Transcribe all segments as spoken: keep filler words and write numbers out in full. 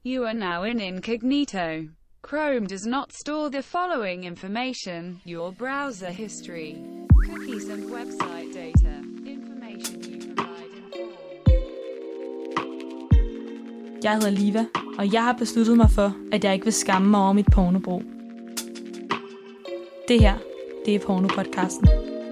You are now in incognito. Chrome does not store the following information: your browser history, cookies and website data. Information you provide informs. Jeg hedder Liva, og jeg har besluttet mig for, at jeg ikke vil skamme mig over mit pornobrug. Det her, det er Pornopodcasten.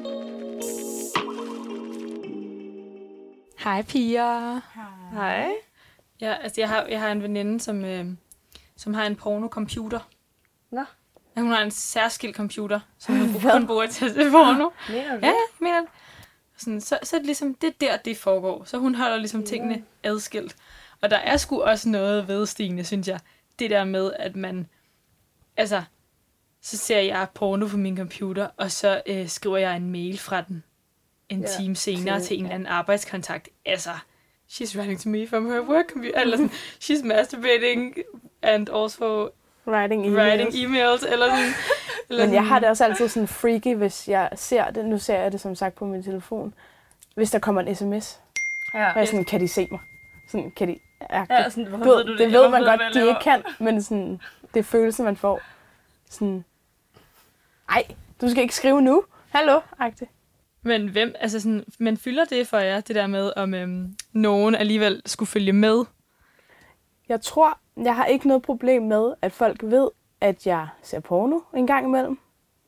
Hej piger. Hej. Ja, altså jeg har, jeg har en veninde, som, øh, som har en porno-computer. Nå. Ja, hun har en særskilt computer, som hun kun bruger til at se porno. Mener du det? Ja, jeg mener det. Sådan, så, så er det ligesom, det er der, det foregår. Så hun holder ligesom tingene adskilt. Og der er sgu også noget ved, Stine, synes jeg. Det der med, at man... Altså, så ser jeg porno på min computer, og så øh, skriver jeg en mail fra den en ja, time senere til, til en eller anden arbejdskontakt. Altså, she's writing to me from her work computer. Eller sådan, she's masturbating and also writing emails. Writing emails eller sådan, eller Men jeg sådan. har det også altid sådan freaky, hvis jeg ser det. Nu ser jeg det som sagt på min telefon. Hvis der kommer en sms. Ja. Og jeg sådan, kan de se mig? Sådan, kan de... Ja, sådan, hvorfor ved, ved du det? Det ved man ved, godt, de ikke kan. Men sådan, det er følelsen, man får. Sådan, ej, du skal ikke skrive nu. Hallo, agtigt. Men hvem, altså sådan, men fylder det for jer, det der med, om øhm, nogen alligevel skulle følge med? Jeg tror, jeg har ikke noget problem med, at folk ved, at jeg ser porno en gang imellem.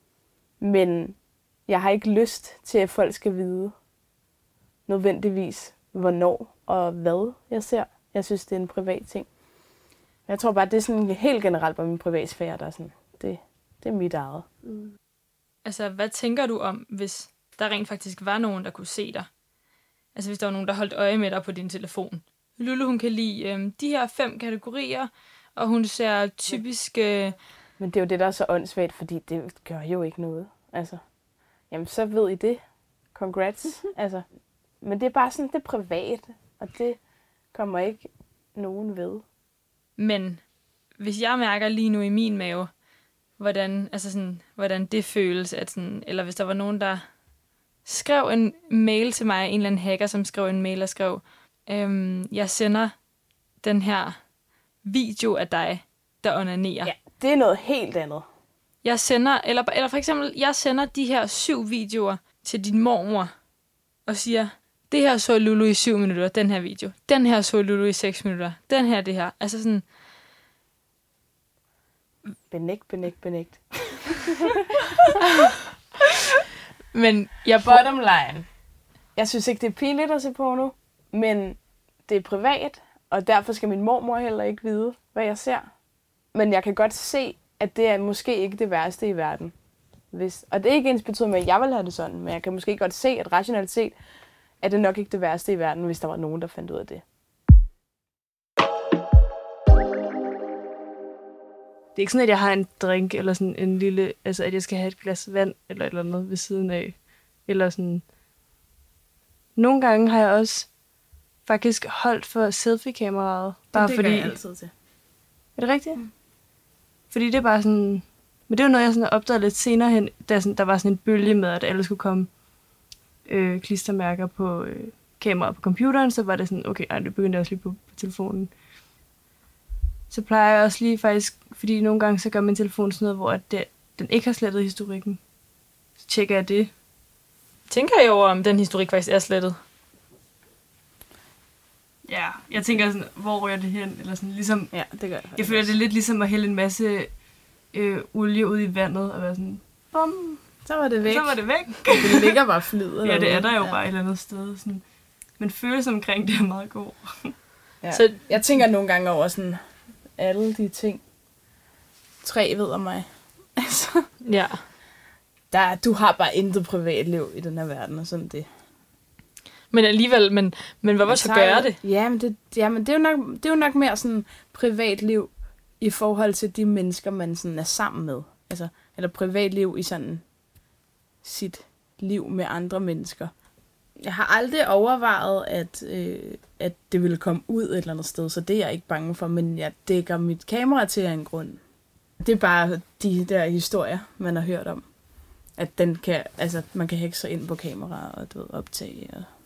Men jeg har ikke lyst til, at folk skal vide nødvendigvis, hvornår og hvad jeg ser. Jeg synes, det er en privat ting. Jeg tror bare, det er sådan helt generelt på min privatsfære, der er sådan, det, det er mit eget. Mm. Altså, hvad tænker du om, hvis der rent faktisk var nogen, der kunne se dig? Altså, hvis der var nogen, der holdt øje med dig på din telefon. Lulu, hun kan lide øhm, de her fem kategorier, og hun ser typisk... Øh... Men det er jo det, der er så åndssvagt, fordi det gør jo ikke noget. Altså, jamen, så ved I det. Congrats. altså, men det er bare sådan, det er privat, og det kommer ikke nogen ved. Men hvis jeg mærker lige nu i min mave, hvordan, altså sådan, hvordan det føles, at sådan, eller hvis der var nogen, der skrev en mail til mig, en eller anden hacker, som skrev en mail og skrev, øhm, jeg sender den her video af dig, der onanerer. Ja, det er noget helt andet. Jeg sender, eller, eller for eksempel, jeg sender de her syv videoer til din mormor, og siger, det her så Lulu i syv minutter, den her video. Den her så Lulu i seks minutter. Den her, det her. Altså sådan... Benægt, benægt, benægt. Men jeg... Bottom line. Jeg synes ikke, det er pinligt at se porno, men det er privat, og derfor skal min mormor heller ikke vide, hvad jeg ser. Men jeg kan godt se, at det er måske ikke det værste i verden. Hvis, og det er ikke ens betydet med, at jeg vil have det sådan, men jeg kan måske godt se, at rationelt set, er det nok ikke det værste i verden, hvis der var nogen, der fandt ud af det. Det er ikke sådan, at jeg har en drink, eller sådan en lille, altså at jeg skal have et glas vand, eller et eller andet ved siden af. Eller sådan. Nogle gange har jeg også faktisk holdt for selfie-kameraet. Bare det fordi... gør jeg altid til. Er det rigtigt? Mm. Fordi det er bare sådan... Men det var noget, jeg sådan opdagede lidt senere hen, da sådan, der var sådan en bølge med, at alle skulle komme øh, klistermærker på øh, kameraet på computeren, så var det sådan, okay, ej, det begyndte jeg også lige på, på telefonen. Så plejer jeg også lige faktisk, fordi nogle gange så gør min telefon sådan noget, hvor at det, den ikke har slettet historikken. Så tjekker jeg det. Tænker jeg over, om den historik faktisk er slettet? Ja, jeg tænker sådan, hvor rører det hen? Eller sådan, ligesom, ja, det gør jeg. Jeg føler, det er lidt ligesom at hælde en masse øh, olie ud i vandet, og være sådan, bum, så var det væk. Så var det væk. Det ligger bare flyder. Ja, det er der jo ja. bare et eller andet sted. Sådan. Men følelsen omkring det er meget god. Ja. Så jeg tænker nogle gange over sådan, alle de ting, tre ved om mig. Altså, ja. Der, du har bare intet privatliv i den her verden, og sådan det. Men alligevel, men, men hvorfor så gøre det? Ja, men det, ja, men det, er jo nok, det er jo nok mere sådan privatliv i forhold til de mennesker, man sådan er sammen med. Altså, eller privatliv i sådan sit liv med andre mennesker. Jeg har aldrig overvejet, at, øh, at det ville komme ud et eller andet sted, så det er jeg ikke bange for, men jeg dækker mit kamera til af en grund. Det er bare de der historier, man har hørt om. At den kan, altså, man kan hække sig ind på kamera og du ved, optage og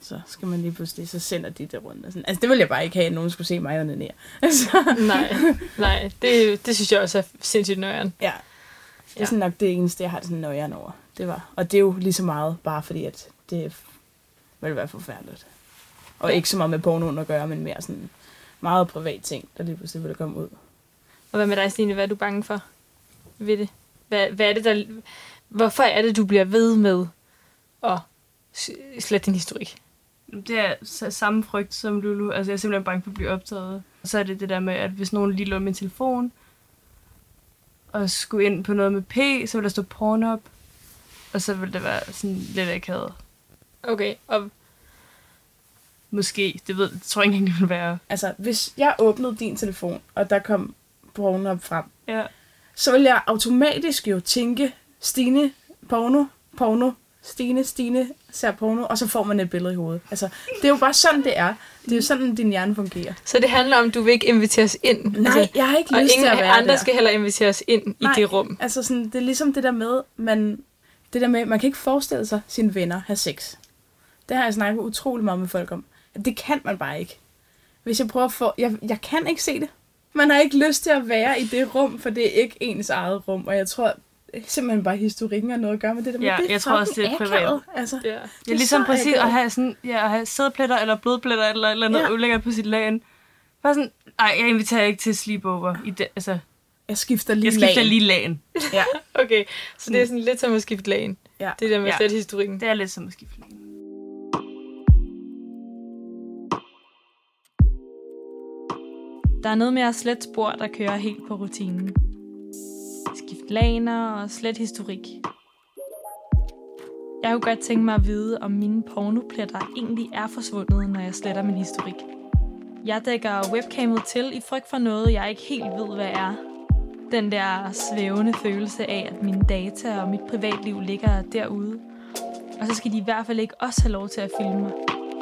så skal man lige pludselig, så sender de det rundt. Og sådan. Altså, det vil jeg bare ikke have, at nogen skulle se mig onanere. Altså. Nej, nej, det, det synes jeg også er sindssygt nøjeren. Ja, det er sådan nok det eneste, jeg har sådan nøjeren over. Det var. Og det er jo lige så meget, bare fordi, at det vil være forfærdeligt. Og ja. Ikke så meget med pornoen at gøre, men mere sådan meget privat ting, der lige pludselig vil komme ud. Og hvad med dig, Stine? Hvad er du bange for ved det? Hvad, hvad er det, der... Hvorfor er det, du bliver ved med at slette din historik? Det er samme frygt som Lulu. Altså, jeg er simpelthen bange for at blive optaget. Og så er det det der med, at hvis nogen lige låner min telefon, og skulle ind på noget med P, så vil der stå Pornhub, og så vil det være sådan lidt akavet. Okay, og... Måske, det ved det tror jeg ikke, det vil være. Altså, hvis jeg åbnede din telefon, og der kom Pornhub frem, ja. så vil jeg automatisk jo tænke, Stine, porno, porno, Stine, Stine, ser porno, og så får man et billede i hovedet. Altså, det er jo bare sådan, det er. Det er jo sådan, din hjerne fungerer. Så det handler om, du vil ikke inviteres ind? Nej, altså, jeg har ikke lyst til at være der. Og ingen andre skal heller inviteres ind Nej, i det rum? altså sådan, det er ligesom det der med, man, det der med, man kan ikke forestille sig sine venner have sex. Det har jeg snakket utrolig meget med folk om. Det kan man bare ikke. Hvis jeg prøver at få... Jeg, jeg kan ikke se det. Man har ikke lyst til at være i det rum, for det er ikke ens eget rum. Og jeg tror simpelthen bare, historikken har noget at gøre med det der med, ja, det jeg tror også, det er privat. Altså, ja. Det er, det er ligesom præcis at have, sådan, ja, at have sædpletter eller blodpletter eller eller noget ja. ulækkert på sit lagen. Bare sådan, ej, jeg inviterer ikke til sleepover. I det, altså, jeg skifter lige jeg skifter lagen. lige lagen. Ja. Okay, så det er sådan lidt som at skifte lagen. Ja. Det der med ja. slet historikken. Det er lidt som at skifte lagen. Der er noget med at slet spor, der kører helt på rutinen. Skift laner og slet historik. Jeg kunne godt tænke mig at vide, om mine pornopletter egentlig er forsvundet, når jeg sletter min historik. Jeg dækker webcamet til i frygt for noget, jeg ikke helt ved, hvad er. Den der svævende følelse af, at mine data og mit privatliv ligger derude. Og så skal de i hvert fald ikke også have lov til at filme mig.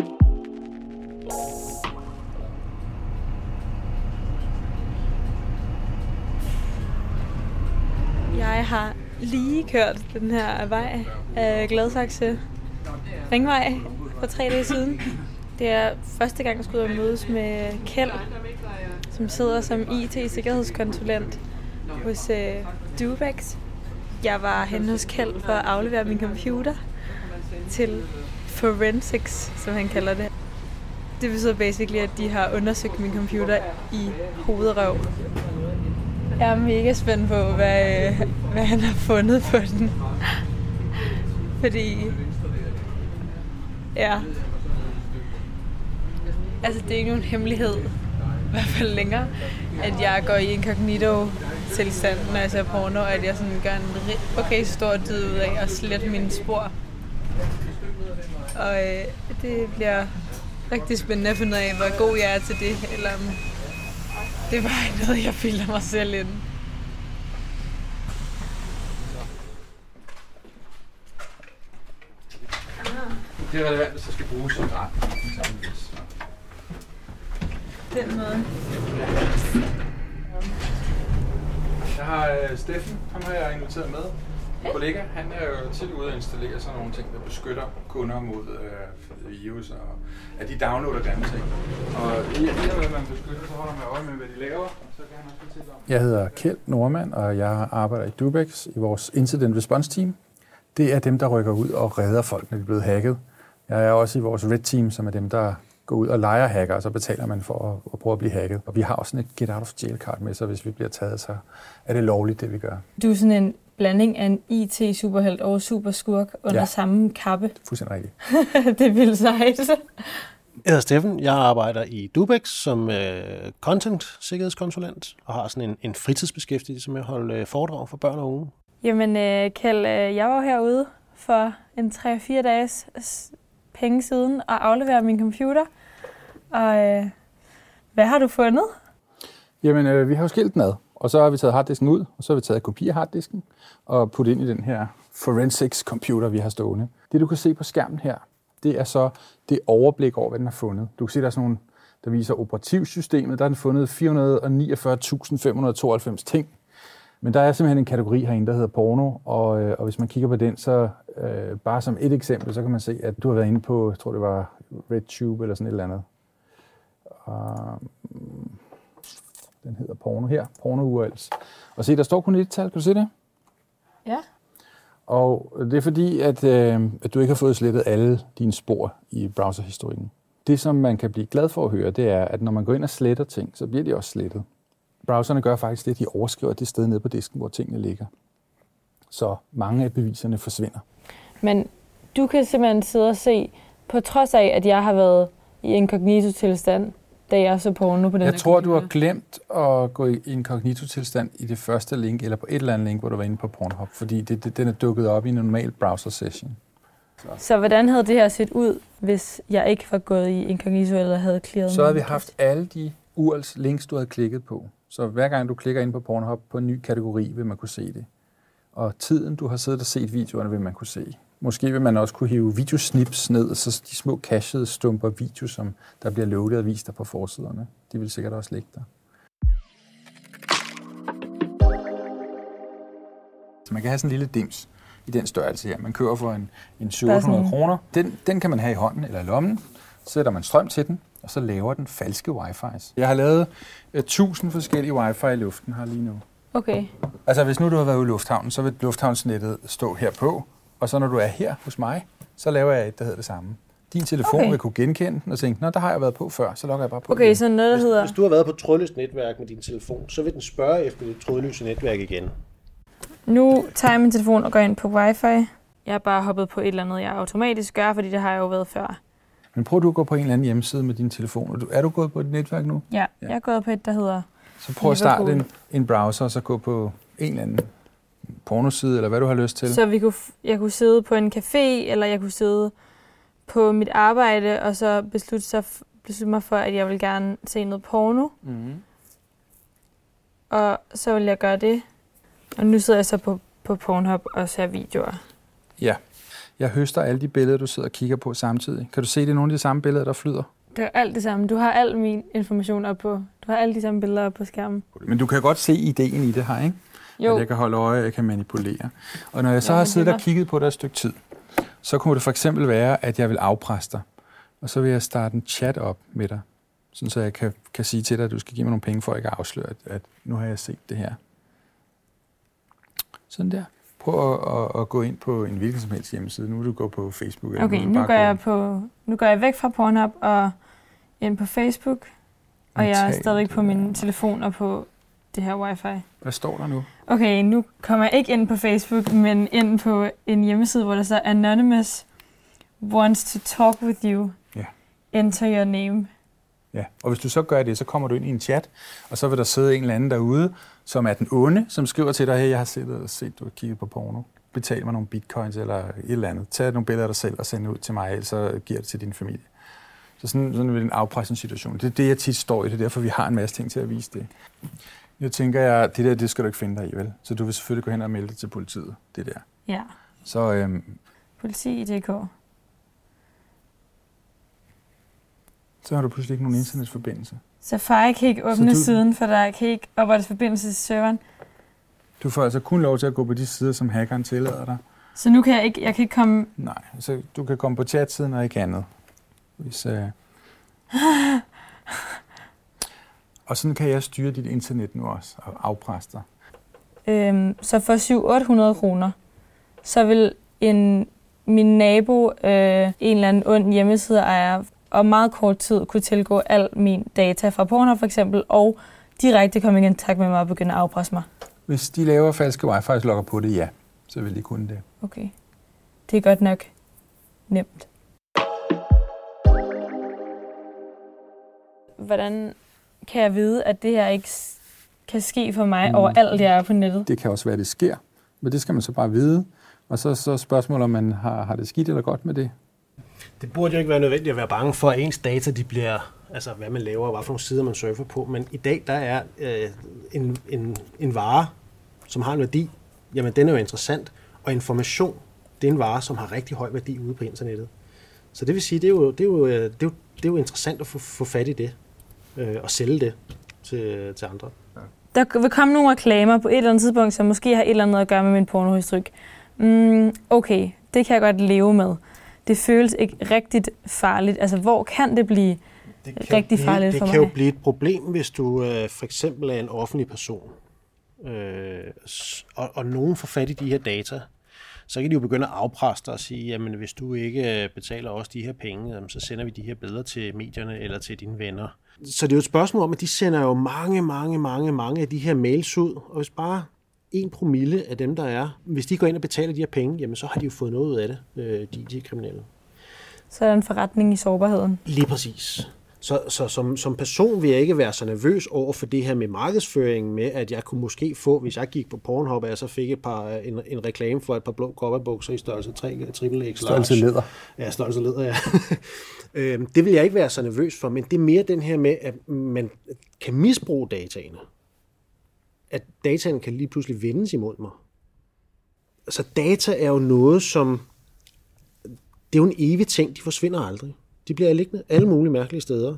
Jeg har lige kørt den her vej af Gladsaxe Ringvej for tre dage siden. Det er første gang, jeg skulle ud og mødes med Kjeld, som sidder som I T-sikkerhedskonsulent hos øh, Dubex. Jeg var henne hos Kjeld for at aflevere min computer til Forensics, som han kalder det. Det betyder basically, at de har undersøgt min computer i hovedrøv. Jeg er mega spændt på, hvad, hvad han har fundet på den. Fordi... Ja. Altså, det er ikke nogen hemmelighed, i hvert fald længere, at jeg går i incognito-tilstand, når jeg ser porno, at jeg sådan gør en okay stor dyd ud af at slette mine spor. Og øh, det bliver rigtig spændende at finde af, hvor god jeg er til det, eller om det er bare noget, jeg bilder mig selv ind. Det er relevant, hvis der skal bruges som ret. Den måde. Jeg har uh, Steffen, ham har jeg inviteret med. Min kollega, han er jo tit ude at installere sådan nogle ting, der beskytter kunder mod uh, virus, og at de downloader grimme ting. Og i og med, at man beskytter, så holder man øje med, hvad de laver, og så kan han også fortælle om. Jeg hedder Kjeld Norman, og jeg arbejder i Dubex i vores Incident Response Team. Det er dem, der rykker ud og redder folk, når de er blevet hacket. Jeg er også i vores Red Team, som er dem, der går ud og leger hacker, og så betaler man for at, at prøve at blive hacket. Og vi har også sådan et get out of jail card med, så hvis vi bliver taget, så er det lovligt, det vi gør. Du er sådan en blanding af en I T-superhelt og superskurk under ja. samme kappe. Fuldstændig rigtigt. Det vil sejt. Jeg hedder Steffen. Jeg arbejder i Dubex som øh, content-sikkerhedskonsulent og har sådan en, en fritidsbeskæftigelse med at holde øh, foredrag for børn og unge. Jamen, øh, Kjeld, øh, jeg var herude for en tre fire dages penge siden og afleverede min computer. Og øh, hvad har du fundet? Jamen, øh, vi har jo skilt den ad, og så har vi taget harddisken ud, og så har vi taget kopi af harddisken og puttet ind i den her Forensics computer, vi har stående. Det, du kan se på skærmen her, det er så det overblik over, hvad den har fundet. Du kan se, der er sådan nogle, der viser operativsystemet. Der er den fundet fire hundrede og niogfyrre tusind fem hundrede og tooghalvfems ting. Men der er simpelthen en kategori herinde, der hedder porno, og, øh, og hvis man kigger på den, så øh, bare som et eksempel, så kan man se, at du har været inde på, jeg tror det var RedTube eller sådan et eller andet. Uh, den hedder porno her, porno-U R Ls. Og se, der står kun et tal, kan du se det? Ja. Og det er fordi, at, øh, at du ikke har fået slettet alle dine spor i browserhistorikken. Det, som man kan blive glad for at høre, det er, at når man går ind og sletter ting, så bliver de også slettet. Browserne gør faktisk det, de overskriver det sted nede på disken, hvor tingene ligger. Så mange af beviserne forsvinder. Men du kan simpelthen sidde og se, på trods af, at jeg har været i inkognito-tilstand, da jeg så porno på den Jeg her tror, computer. du har glemt at gå i inkognito-tilstand i det første link, eller på et eller andet link, hvor du var inde på Pornhub, fordi det, det, den er dukket op i en normal browser-session. Så. Så hvordan havde det her set ud, hvis jeg ikke var gået i inkognito eller havde clearet? Så havde vi haft alle de U R Ls links, du havde klikket på. Så hver gang du klikker ind på Pornhub på en ny kategori, vil man kunne se det. Og tiden, du har siddet og set videoerne, vil man kunne se. Måske vil man også kunne hive videosnips ned, så de små cachede stumper video, som der bliver loadet og vist der på forsiderne, de vil sikkert også ligge der. Så man kan have sådan en lille dims i den størrelse her. Man køber for en, en syv hundrede kroner. Den, den kan man have i hånden eller i lommen. Så sætter man strøm til den, og så laver den falske wifi's. Jeg har lavet uh, tusind forskellige wifi i luften her lige nu. Okay. Altså hvis nu du har været ude i lufthavnen, så vil lufthavnsnettet stå herpå. Og så når du er her hos mig, så laver jeg et, der hedder det samme. Din telefon Okay. vil kunne genkende den og tænke, nå, der har jeg været på før, så logger jeg bare på Okay, igen. så noget, der Hvis, hedder... hvis du har været på trådløst netværk med din telefon, så vil den spørge efter dit trådløse netværk igen. Nu tager jeg min telefon og går ind på wifi. Jeg har bare hoppet på et eller andet, jeg automatisk gør, fordi det har jeg jo været før. Men prøv du at gå på en eller anden hjemmeside med din telefon. Er du gået på et netværk nu? Ja, jeg er gået på et, der hedder... Så prøv at starte Liverpool. en, en browser, og så gå på en eller anden pornoside, eller hvad du har lyst til. Så vi kunne, f- jeg kunne sidde på en café, eller jeg kunne sidde på mit arbejde, og så beslutte, sig f- beslutte mig for, at jeg vil gerne se noget porno. Mm-hmm. Og så vil jeg gøre det. Og nu sidder jeg så på, på Pornhub og ser videoer. Ja. Jeg høster alle de billeder, du sidder og kigger på samtidig. Kan du se, det er nogle af de samme billeder, der flyder? Det er alt det samme. Du har al min information op på. Du har alle de samme billeder op på skærmen. Men du kan godt se ideen i det her, ikke? Jo. At jeg kan holde øje, jeg kan manipulere. Og når jeg så Ja, har men siddet det og var- kigget på det et stykke tid, så kunne det for eksempel være, at jeg vil afpresse dig. Og så vil jeg starte en chat op med dig, sådan så jeg kan, kan sige til dig, at du skal give mig nogle penge, for at jeg kan afsløre, at, at nu har jeg set det her. Sådan der. Prøv at, at, at gå ind på en hvilken som helst hjemmeside. Nu vil du gå på Facebook. Eller Okay, vil du nu bare går, gå- jeg på, nu går jeg væk fra Pornhub og ind på Facebook. Og jeg er Notat. stadig på min telefon og på det her wifi. Hvad står der nu? Okay, nu kommer jeg ikke ind på Facebook, men ind på en hjemmeside, hvor der så Anonymous wants to talk with you. Ja. Enter your name. Ja, og hvis du så gør det, så kommer du ind i en chat, og så vil der sidde en eller anden derude, som er den onde, som skriver til dig, hey, jeg har set, og set du har kigget på porno. Betal mig nogle bitcoins eller et eller andet. Tag nogle billeder af dig selv og send ud til mig, ellers så giver det til din familie. Så sådan, sådan en afpresningssituation. Det er det, jeg tit står i. Det er derfor, vi har en masse ting til at vise det. Jeg tænker, jeg, det der, det skal du ikke finde dig i, vel? Så du vil selvfølgelig gå hen og melde det til politiet, det der. Ja, Så øhm, politi i D K. så har du pludselig ikke nogen internetforbindelse. Safari kan ikke åbne du- siden, for der kan ikke oprettes forbindelse til serveren. Du får altså kun lov til at gå på de sider, som hackeren tillader dig. Så nu kan jeg ikke, jeg kan ikke komme... Nej, så du kan komme på chatsiden og ikke andet. Hvis, øh... og sådan kan jeg styre dit internet nu også, og afpresse dig. Øhm, så for syv hundrede til otte hundrede kroner, så vil en, min nabo, øh, en eller anden ond hjemmesideejer, om meget kort tid kunne tilgå al min data fra Pornhub for eksempel, og direkte komme i kontakt med mig og begynde at afpresse mig. Hvis de laver falske wifi's logger på det, ja, så vil de kunne det. Okay. Det er godt nok nemt. Hvordan kan jeg vide, at det her ikke s- kan ske for mig Mm. mm. overalt, jeg er på nettet? Det kan også være, at det sker, men det skal man så bare vide. Og så så spørgsmålet, om man har, har det skidt eller godt med det. Det burde jo ikke være nødvendigt at være bange for, at ens data de bliver, altså hvad man laver og hvad for nogle sider man surfer på. Men i dag, der er øh, en, en, en vare, som har en værdi, jamen den er jo interessant. Og information, det er en vare, som har rigtig høj værdi ude på internettet. Så det vil sige, det er jo, det er jo, det er jo, det er jo interessant at få, få fat i det øh, og sælge det til, til andre. Der vil komme nogle reklamer på et eller andet tidspunkt, som måske har et eller andet at gøre med min pornohistorik. Mm, okay, det kan jeg godt leve med. det føles ikke rigtigt farligt. Altså, hvor kan det blive det rigtig blive, farligt det for mig? Det kan jo blive et problem, hvis du øh, for eksempel er en offentlig person, øh, og, og nogen får fat i de her data, så kan de jo begynde at afpresse dig og sige, jamen hvis du ikke betaler os de her penge, jamen, så sender vi de her billeder til medierne eller til dine venner. Så det er jo et spørgsmål om, at de sender jo mange, mange, mange, mange af de her mails ud, og hvis bare en promille af dem, der er, hvis de går ind og betaler de her penge, jamen så har de jo fået noget ud af det, de, de kriminelle. Så er der en forretning i sårbarheden. Lige præcis. Så, så som, som person vil jeg ikke være så nervøs over for det her med markedsføringen med, at jeg kunne måske få, hvis jeg gik på Pornhub, og jeg så fik et par, en, en reklame for et par blå kopperbukser i størrelse tre, triple X large. Størrelse leder. Ja, størrelse leder, ja. øhm, det vil jeg ikke være så nervøs for, men det er mere den her med, at man kan misbruge dataene. At dataen kan lige pludselig vendes imod mig. Så data er jo noget, som... Det er jo en evig ting, de forsvinder aldrig. De bliver liggende alle mulige mærkelige steder.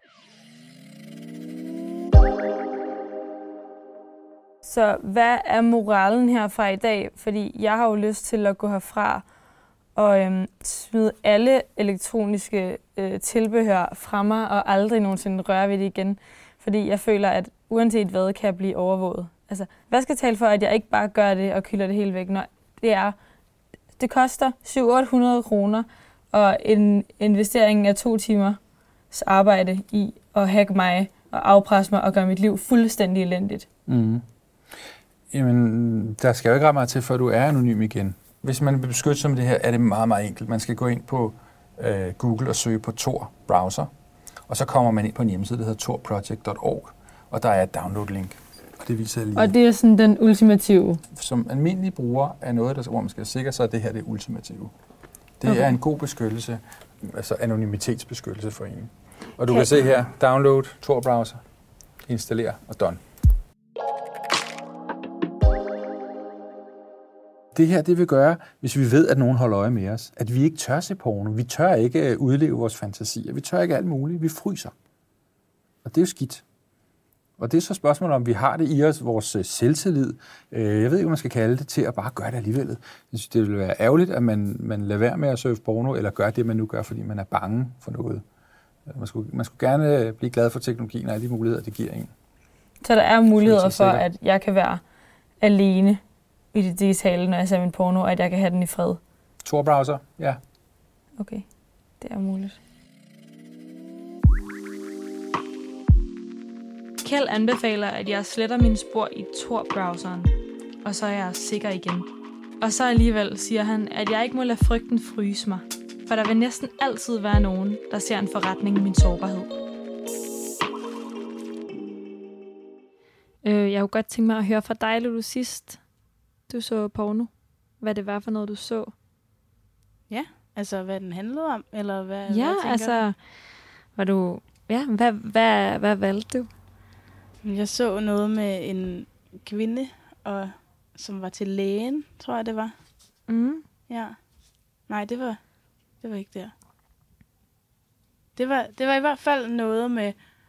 Så hvad er moralen herfra i dag? Fordi jeg har jo lyst til at gå herfra og øhm, smide alle elektroniske øh, tilbehør fra mig og aldrig nogensinde røre ved det igen. Fordi jeg føler, at uanset hvad, kan jeg blive overvåget. Altså, hvad skal tale for, at jeg ikke bare gør det og kylder det helt væk, når det er... Det koster syv til otte hundrede kroner og en investering af to timers arbejde i at hacke mig og afpresse mig og gøre mit liv fuldstændig elendigt. Mm. Jamen, der skal jo ikke ret meget til, før du er anonym igen. Hvis man vil beskytte sig med det her, er det meget, meget enkelt. Man skal gå ind på øh, Google og søge på Tor browser, og så kommer man ind på en hjemmeside, der hedder tor project punktum org, og der er et download-link. Og det viser jeg lige. Og det er sådan den ultimative? Som almindelig bruger af noget, der, hvor man skal sikre sig, at det her det er ultimative. Det okay. er en god beskyttelse, altså anonymitetsbeskyttelse for en. Og du okay. kan se her, download, Tor browser, installer og done. Det her, det vil gøre, hvis vi ved, at nogen holder øje med os, at vi ikke tør se porno. Vi tør ikke udleve vores fantasier. Vi tør ikke alt muligt. Vi fryser. Og det er jo skidt. Og det er så spørgsmålet, om vi har det i os, vores selvtillid. Jeg ved ikke, hvad man skal kalde det, til at bare gøre det alligevel. Jeg synes, det vil være ærgerligt, at man, man lader være med at surfe porno, eller gøre det, man nu gør, fordi man er bange for noget. Man skulle, man skulle gerne blive glad for teknologien og alle de muligheder, det giver en. Så der er muligheder for, at jeg kan være alene i det digitale, når jeg ser min porno, og at jeg kan have den i fred? Tor browser, ja. Okay, det er muligt. Kjeld anbefaler, at jeg sletter mine spor i Tor-browseren, og så er jeg sikker igen. Og så alligevel siger han, at jeg ikke må lade frygten fryse mig, for der vil næsten altid være nogen, der ser en forretning i min sårbarhed. Øh, jeg kunne godt tænke mig at høre fra dig, Lulu, sidst du så porno. Hvad det var for noget, du så? Ja, altså hvad den handlede om, eller hvad? Ja, hvad altså, var du, ja, hvad, hvad, hvad valgte du? Jeg så noget med en kvinde, og, som var til lægen, tror jeg det var. Mm. Ja. Nej, det var, det var ikke der. Det var, det var i hvert fald noget med...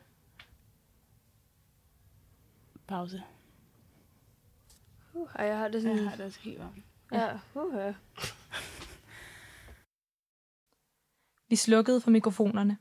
Pause. Uh, jeg har det sådan... Jeg har det også helt varmt. Ja, uh, Vi slukkede for mikrofonerne.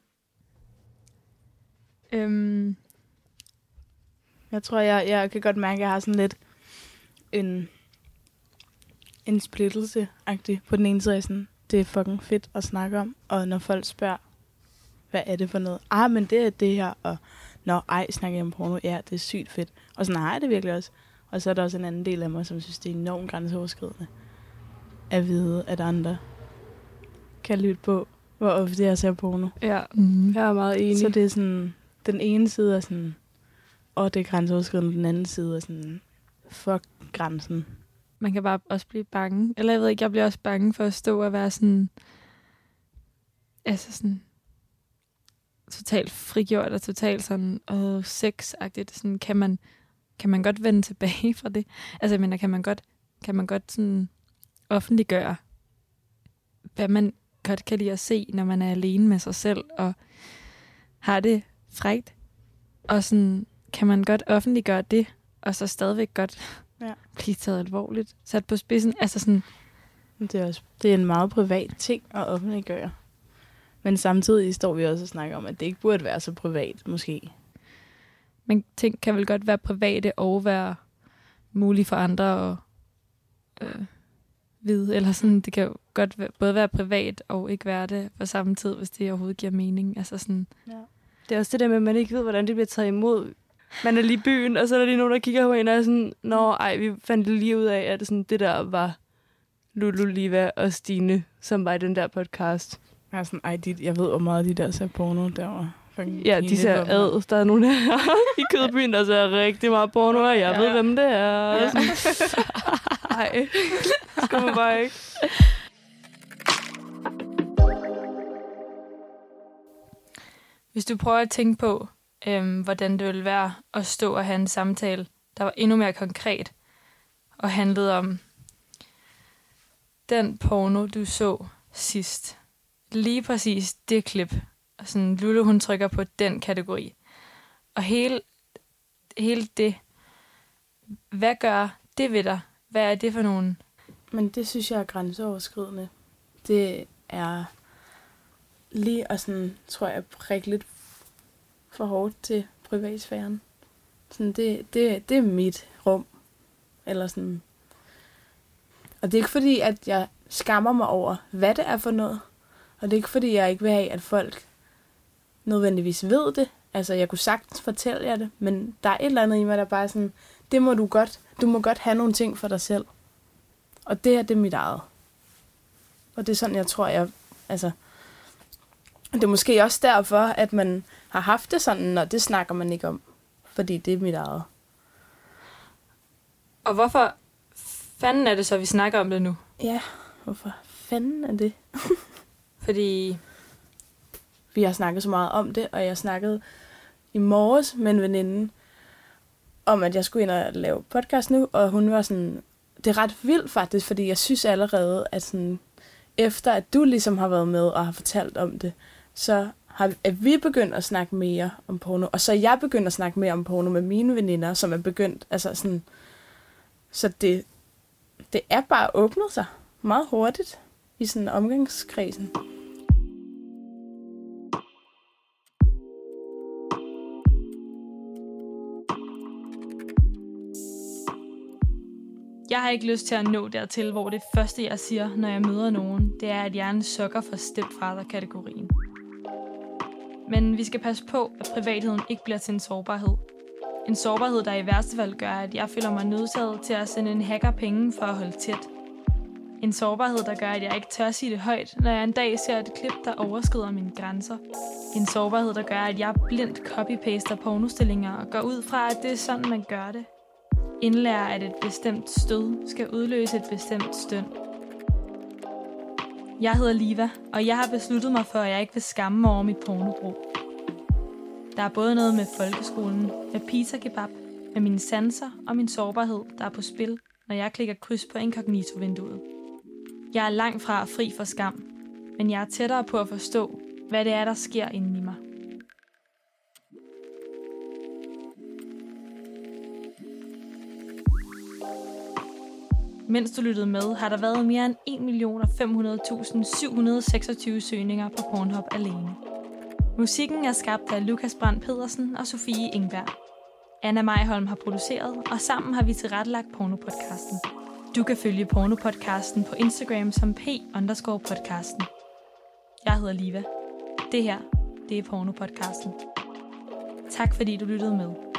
Øhm... Jeg tror, jeg, jeg kan godt mærke, at jeg har sådan lidt en, en splittelse-agtig. På den ene side er sådan, det er fucking fedt at snakke om. Og når folk spørger, hvad er det for noget? Ah, men det er det her. Og nå, ej, snakker jeg om porno? Ja, det er sygt fedt. Og sådan har jeg det virkelig også. Og så er der også en anden del af mig, som synes, det er enormt grænseoverskridende at vide, at andre kan lytte på, hvor ofte jeg ser porno. Ja, mm. jeg er meget enig. Så det er sådan, den ene side er sådan, og det er grænseoverskridende, den anden side er sådan, fuck grænsen. Man kan bare også blive bange. Eller jeg ved ikke, jeg bliver også bange for at stå og være sådan, altså sådan, totalt frigjort og totalt sådan, åh, sexagtigt. Sådan, kan man, kan man godt vende tilbage fra det? Altså, jeg mener, kan man godt, kan man godt sådan offentliggøre, hvad man godt kan lide at se, når man er alene med sig selv, og har det frækt? Og sådan, kan man godt offentliggøre det, og så stadigvæk godt ja. blive taget alvorligt, sat på spidsen? Altså sådan, Det er, også, det er en meget privat ting at offentliggøre. Men samtidig står vi også og snakker om, at det ikke burde være så privat, måske. Men ting kan vel godt være private og være mulige for andre at øh, vide. Eller sådan, det kan jo godt være, både være privat og ikke være det på samme tid, hvis det overhovedet giver mening. Altså sådan. Ja. Det er også det der med, at man ikke ved, hvordan det bliver taget imod. Man er lige i byen, og så er der lige nogen, der kigger på en og er sådan, nå, ej, vi fandt lige ud af, at det, sådan, det der var Lulu, Liva og Stine, som var i den der podcast. Jeg er sådan, ej, de, jeg ved, hvor meget de der ser porno derovre. Ja, de ser ad. Der er nogen her i Kødbyen, der ser rigtig meget porno, og jeg ja. ved, hvem det er. Ja. Ej, det skal man bare ikke. Hvis du prøver at tænke på, øhm, hvordan det ville være at stå og have en samtale, der var endnu mere konkret, og handlede om den porno, du så sidst. Lige præcis det klip. Og sådan, Lulu, hun trykker på den kategori. Og hele, hele det, hvad gør det ved dig? Hvad er det for nogen? Men det synes jeg er grænseoverskridende. Det er lige og sådan, tror jeg, prikke lidt for hårdt til privatsfæren. Sådan, det, det, det er mit rum. Eller sådan. Og det er ikke fordi, at jeg skammer mig over, hvad det er for noget. Og det er ikke fordi, jeg ikke vil have, at folk nødvendigvis ved det. Altså, jeg kunne sagtens fortælle jer det, men der er et eller andet i mig, der bare er sådan, det må du godt, du må godt have nogle ting for dig selv. Og det her, det er mit eget. Og det er sådan, jeg tror, jeg, altså, det er måske også derfor, at man har haft det sådan, og det snakker man ikke om. Fordi det er mit eget. Og hvorfor fanden er det så, vi snakker om det nu? Ja, hvorfor fanden er det? Fordi vi har snakket så meget om det, og jeg snakkede i morges med en veninde, om at jeg skulle ind og lave podcast nu, og hun var sådan, det er ret vildt faktisk, fordi jeg synes allerede, at sådan, efter at du ligesom har været med og har fortalt om det, så har er vi begyndt at snakke mere om porno, og så er jeg begyndt at snakke mere om porno med mine veninder, som er begyndt, altså sådan, så det, det er bare åbnet sig meget hurtigt i sådan omgangskredsen. jeg har ikke lyst til at nå dertil, hvor det første, jeg siger, når jeg møder nogen, det er, at jeg er en sukker for stepfather-kategorien. Men vi skal passe på, at privatheden ikke bliver til en sårbarhed. En sårbarhed, der i værste fald gør, at jeg føler mig nødsaget til at sende en hacker penge for at holde tæt. En sårbarhed, der gør, at jeg ikke tør sige det højt, når jeg en dag ser et klip, der overskrider mine grænser. En sårbarhed, der gør, at jeg blindt copy-paster pornostillinger og går ud fra, at det er sådan, man gør det. Indlærer, at et bestemt stød skal udløse et bestemt støn. Jeg hedder Liva, og jeg har besluttet mig for, at jeg ikke vil skamme mig over mit pornobrug. Der er både noget med folkeskolen, med pizza kebab, med mine sanser og min sårbarhed, der er på spil, når jeg klikker kryds på inkognito-vinduet. Jeg er langt fra fri for skam, men jeg er tættere på at forstå, hvad det er, der sker inden i mig. Mens du lyttede med, har der været mere end en million fem hundrede tusind syv hundrede seksogtyve søgninger på Pornhub alene. Musikken er skabt af Lukas Brandt Pedersen og Sofie Ingberg. Anna Mejholm har produceret, og sammen har vi tilrettelagt Pornopodcasten. Du kan følge Pornopodcasten på Instagram som p underscore podcasten. Jeg hedder Liva. Det her, det er Pornopodcasten. Tak fordi du lyttede med.